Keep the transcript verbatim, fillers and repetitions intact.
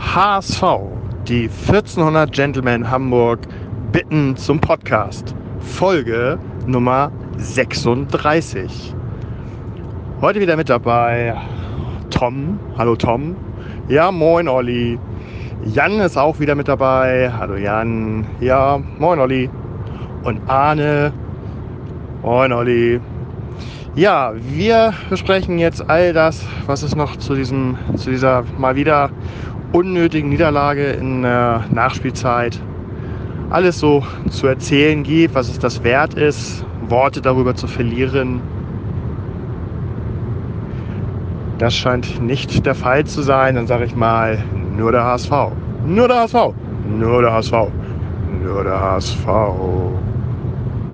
H S V, die vierzehnhundert Gentlemen Hamburg bitten zum Podcast. Folge Nummer sechsunddreißig. Heute wieder mit dabei Tom. Hallo Tom. Ja, moin Olli. Jan ist auch wieder mit dabei. Hallo Jan. Ja, moin Olli. Und Arne. Moin Olli. Ja, wir besprechen jetzt all das, was es noch zu diesem, zu dieser mal wieder unnötigen Niederlage in der Nachspielzeit alles so zu erzählen gibt, was es das wert ist, Worte darüber zu verlieren. Das scheint nicht der Fall zu sein. Dann sage ich mal, nur der H S V. Nur der H S V. Nur der H S V. Nur der H S V.